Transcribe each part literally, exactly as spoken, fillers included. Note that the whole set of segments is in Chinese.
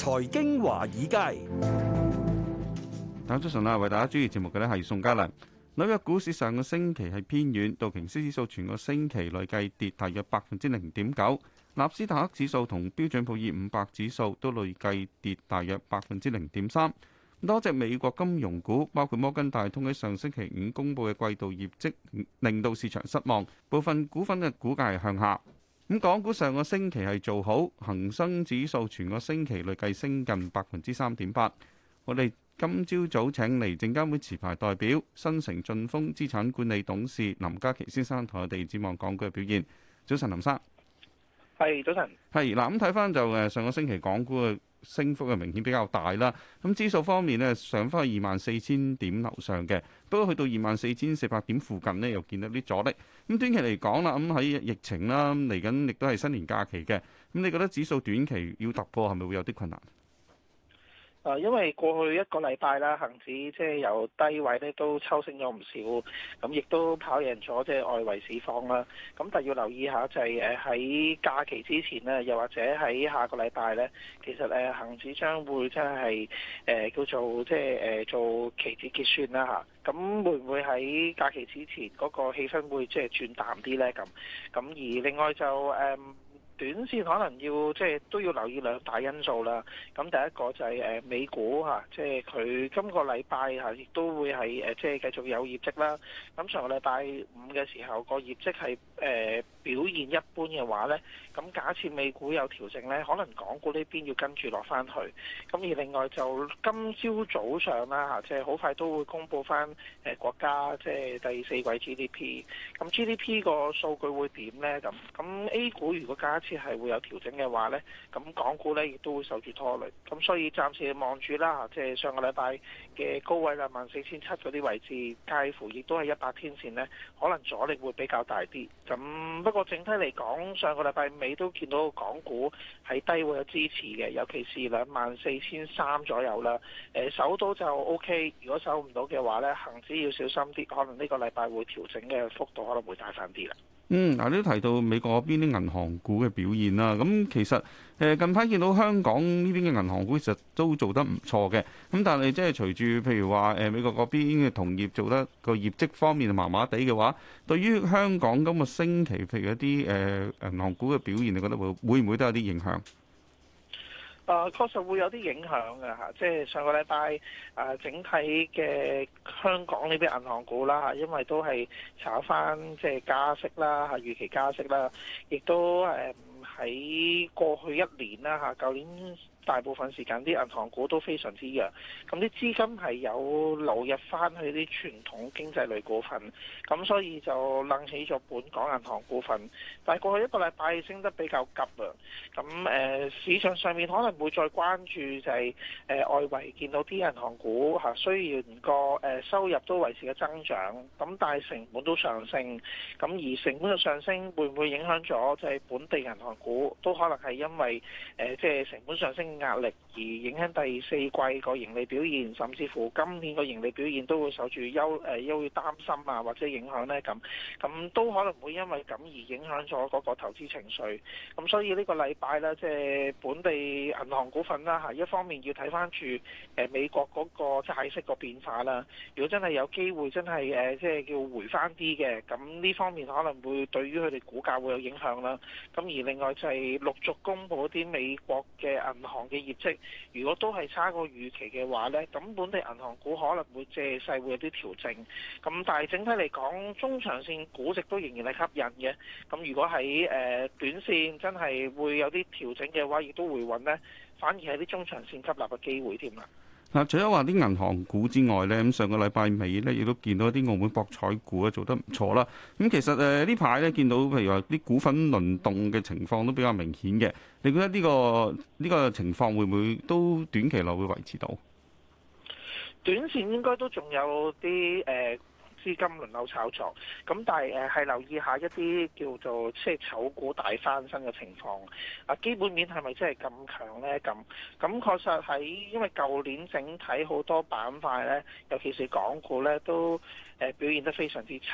財經華爾街， 大家早晨啊！為大家主持節目嘅呢係宋嘉良。紐約股市上個星期係偏軟，道瓊斯指數全個星期累計跌大約百分之零點九，納斯達克指數同標準普爾五百指數都累計跌大約百分之零點三。多隻美國金融股，包括摩根大通喺上星期五公布嘅季度業績，令到市場失望，部分股份嘅股價係向下。咁港股上個星期係做好，恒生指數全個星期累計升近百分之三點八。我哋今朝早請嚟證監會持牌代表新城晉峰資產管理董事林嘉琪先生同我哋展望港股嘅表現。早晨，林生。 係，早晨。 係嗱，咁睇翻就誒上個星期港股嘅升幅係明顯比較大啦。咁指數方面呢，上翻去二萬四千點樓上嘅，不過去到二萬四千四百點附近呢，又見到啲阻力。咁短期嚟講啦，咁喺疫情啦，嚟緊亦都係新年假期嘅。咁你覺得指數短期要突破係咪會有啲困難？ 誒，因為過去一個禮拜啦，恆指即係由低位咧都抽升咗唔少，咁亦都跑贏咗即係外圍市況啦。咁但係要留意下就係誒喺假期之前咧，又或者喺下個禮拜咧，其實誒恆指將會真係誒叫做即係誒做期指結算啦嚇。咁會唔會喺假期之前嗰個氣氛會即係轉淡啲咧？咁咁而另外就誒。短線可能要即係都要留意兩大因素啦。咁第一個就係誒美股嚇，即係佢今個禮拜嚇亦都會係誒即係繼續有業績啦。咁上個禮拜五嘅時候個業績係誒表現一般嘅話咧，咁假設美股有調整咧，可能港股呢邊要跟住落翻去。咁而另外就今朝早上啦嚇，即係好快都會公布翻誒國家即係第四季 G D P。咁 G D P 個數據會點咧？咁咁 A 股如果假設係會有調整嘅話呢，咁港股呢亦都會受住拖累，咁所以暫時望住啦，即係上個禮拜嘅高位啦，萬四千七嗰啲位置，介乎亦都係一百天線呢，可能阻力會比較大啲。咁不過整體嚟講，上個禮拜尾都見到港股喺低位有支持嘅，尤其是兩萬四千三左右啦。誒守到就 O K， 如果守唔到嘅話呢，恆指要小心啲，可能呢個禮拜會調整嘅幅度可能會大翻啲啦。 嗯，嗱，你都提到美國嗰邊啲銀行股嘅表現啦，咁其實誒近排見到香港呢邊嘅銀行股其實都做得唔錯嘅，咁但係即係隨住譬如話誒美國嗰邊嘅同業做得個業績方面麻麻地嘅話，對於香港今個星期譬如一啲誒銀行股嘅表現，你覺得會會唔會都有啲影響？ 誒確實會有啲影響嘅嚇，即係上個禮拜誒整體嘅香港呢邊銀行股啦嚇，因為都係炒翻即係加息啦嚇，預期加息啦，亦都誒喺過去一年啦嚇，舊年大部分時間啲銀行股都非常之弱，咁啲資金係有流入翻去啲傳統經濟類股份，咁所以就楞起咗本港銀行股份。但係過去一個禮拜升得比較急啊，咁誒、呃、市場上面可能會再關注就係、是、誒、呃、外圍見到啲銀行股嚇，雖然個誒收入都維持嘅增長，咁但係成本都上升，咁而成本嘅上升會唔會影響咗就係本地銀行股都可能係因為誒即係成本上升壓力而影響第四季個盈利表現，甚至乎今年個盈利表現都會受住憂誒憂慮擔心啊，或者影響呢。咁，咁都可能會因為咁而影響咗嗰個投資情緒。咁所以呢個禮拜呢，即係本地銀行股份啦嚇，一方面要睇翻住誒美國嗰個債息個變化啦。如果真係有機會真係誒即係叫回翻啲嘅，咁呢方面可能會對於佢哋股價會有影響啦。咁而另外就係陸續公布啲美國嘅銀行嘅業績，如果都係差過預期嘅話呢，咁本地銀行股可能會借勢會有啲調整。咁但係整體嚟講，中長線估值都仍然係吸引嘅。咁如果喺誒短線真係會有啲調整嘅話，亦都回穩呢，反而係啲中長線吸納嘅機會添啦。 嗱，除咗話啲銀行股之外咧，咁上個禮拜尾咧，亦都見到一啲澳門博彩股咧做得唔錯啦。咁其實誒呢排咧見到譬如話啲股份輪動嘅情況都比較明顯嘅。你覺得呢個呢個情況會唔會都短期內會維持到？ 短線應該都仲有啲誒。呃資金輪流炒作，咁但係誒係留意下一啲叫做即係炒股大翻身嘅情況。啊，基本面係咪真係咁強呢？咁咁確實喺因為舊年整體好多板塊呢，尤其是港股呢，都誒表現得非常之差。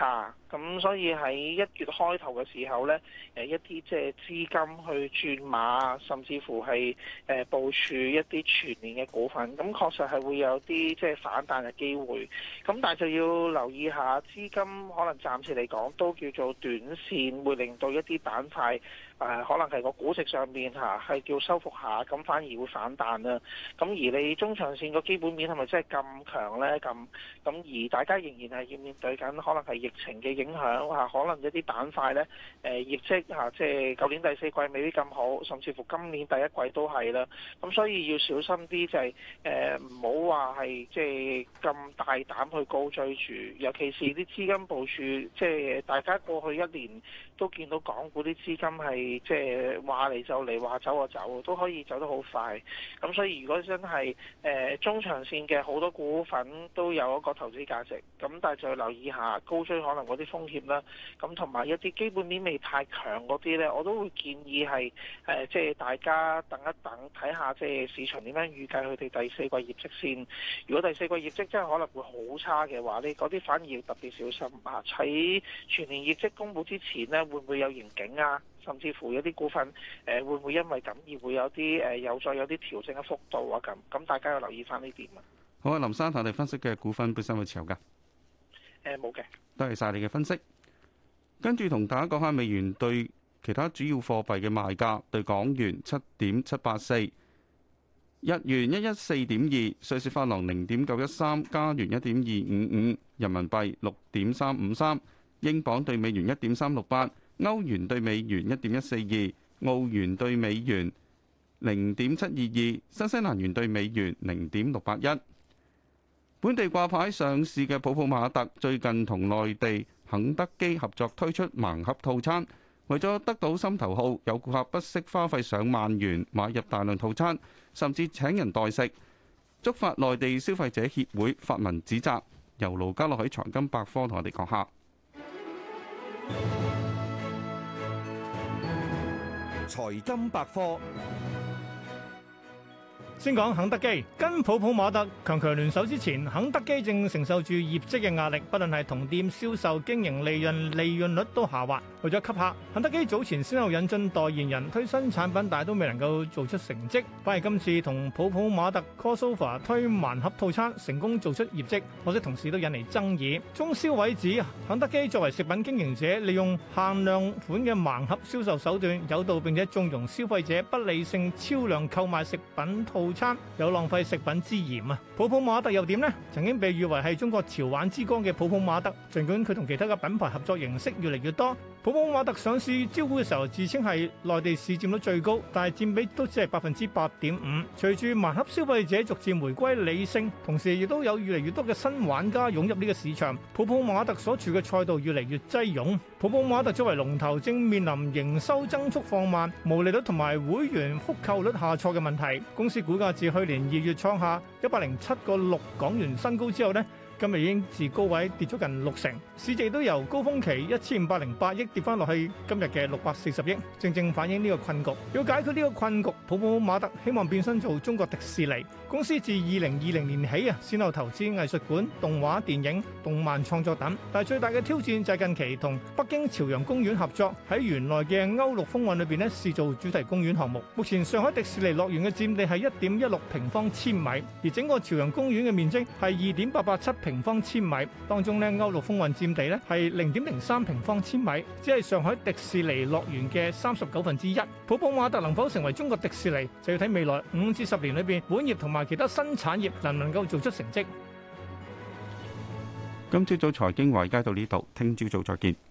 咁所以喺一月開頭嘅時候呢，誒一啲即係資金去轉碼，甚至乎係誒部署一啲全年嘅股份，咁確實係會有啲即係反彈嘅機會。咁但係就要留意下，資金可能暫時嚟講都叫做短線，會令到一啲板塊。誒、呃、可能係個估值上面嚇係叫收復下，咁反而會反彈啦。咁而你中長線個基本面係咪真係咁強呢？咁咁而大家仍然係要面對緊可能係疫情嘅影響嚇，可能一啲板塊呢誒、呃、業績嚇，即係舊年第四季未必咁好，甚至乎今年第一季都係啦。咁所以要小心啲，就係誒唔好話係即係咁大膽去高追住，尤其是啲資金部署，即係大家過去一年都見到港股啲資金係。即係話嚟就嚟，話走就走，都可以走得好快。咁所以如果真係誒、呃、中長線嘅好多股份都有一個投資價值，咁但係就要留意下高追可能嗰啲風險啦。咁同埋一啲基本面未太強嗰啲呢，我都會建議係誒、呃、即係大家等一等，睇下即係市場點樣預計佢哋第四季業績先。如果第四季業績真係可能會好差嘅話呢，嗰啲反而要特別小心啊！喺全年業績公佈之前呢，會唔會有盈警啊？甚至乎有啲股份誒、呃、會唔會因為咁而會有啲誒、呃、有再有啲調整嘅幅度啊？咁咁大家要留意翻呢點啊。 好啊，林生，睇你分析嘅股份本身會持有㗎？ 誒冇嘅， 多謝晒你嘅分析。跟住同大家講下美元對其他主要貨幣嘅賣價：對港元七點七八四，日元一一四點二，瑞士法郎零點九一三，加元一點二五五，人民幣六點三五三，英鎊對美元一點三六八。歐元對美元一點一四二，澳元對美元零點七二二，新西蘭元對美元零點六八一。本地掛牌上市嘅普普馬特最近同內地肯德基合作推出盲盒套餐，為咗得到心頭好，有顧客不惜花費上萬元買入大量套餐，甚至請人代食，觸發內地消費者協會發文指責。由盧家樂喺財金百科同我哋講下。 財金百科。 先講肯德基，跟普普馬特強強聯手之前，肯德基正承受住業績嘅壓力，不論係同店銷售、經營利潤、利潤率都下滑。為咗吸客，肯德基早前先後引進代言人推新產品，但係都未能夠做出成績。反而今次同普普馬特 crossover 推盲盒套餐，成功做出業績，可惜同時都引嚟爭議。中消委指肯德基作為食品經營者，利用限量款嘅盲盒銷售手段，誘導並且縱容消費者不理性超量購買食品套餐，有浪費食品之嫌啊！普普馬特又點呢？曾經被譽為係中國潮玩之光嘅普普馬特，儘管佢同其他嘅品牌合作形式越嚟越多，普普馬特上市招股嘅時候自稱係內地市佔率最高，但係佔比都只係百分之八點五。隨住盲盒消費者逐漸回歸理性，同時亦都有越嚟越多嘅新玩家湧入呢個市場，普普馬特所處嘅賽道越嚟越擠擁。普普馬特作為龍頭，正面臨營收增速放慢、毛利率同埋會員復購率下挫嘅問題。公司股價自去年二月創下一百零七個六港元新高之後呢，今日已經自高位跌咗近六成，市值都由高峰期一千五百零八億跌翻落去今日嘅六百四十億，正正反映呢個困局。要解決呢個困局，普普馬特希望變身做中國迪士尼。公司自二零二零年起啊，先後投資藝術館、動畫、電影、動漫創作等。但係最大嘅挑戰就係近期同北京朝陽公園合作，喺原來嘅歐陸風雲裏邊呢試做主題公園項目。目前上海迪士尼樂園嘅佔地係一點一六平方千米，而整個朝陽公園嘅面積係二點八八七平方千米，當中呢歐陸風雲佔地呢係零點零三平方千米，只係上海迪士尼樂園嘅三十九分之一。普普馬特能否成為中國迪士尼，就要睇未來五至十年裏邊本業同埋其他新產業能唔能夠做出成績。 今朝早財經華爾街到呢度，聽朝早再見。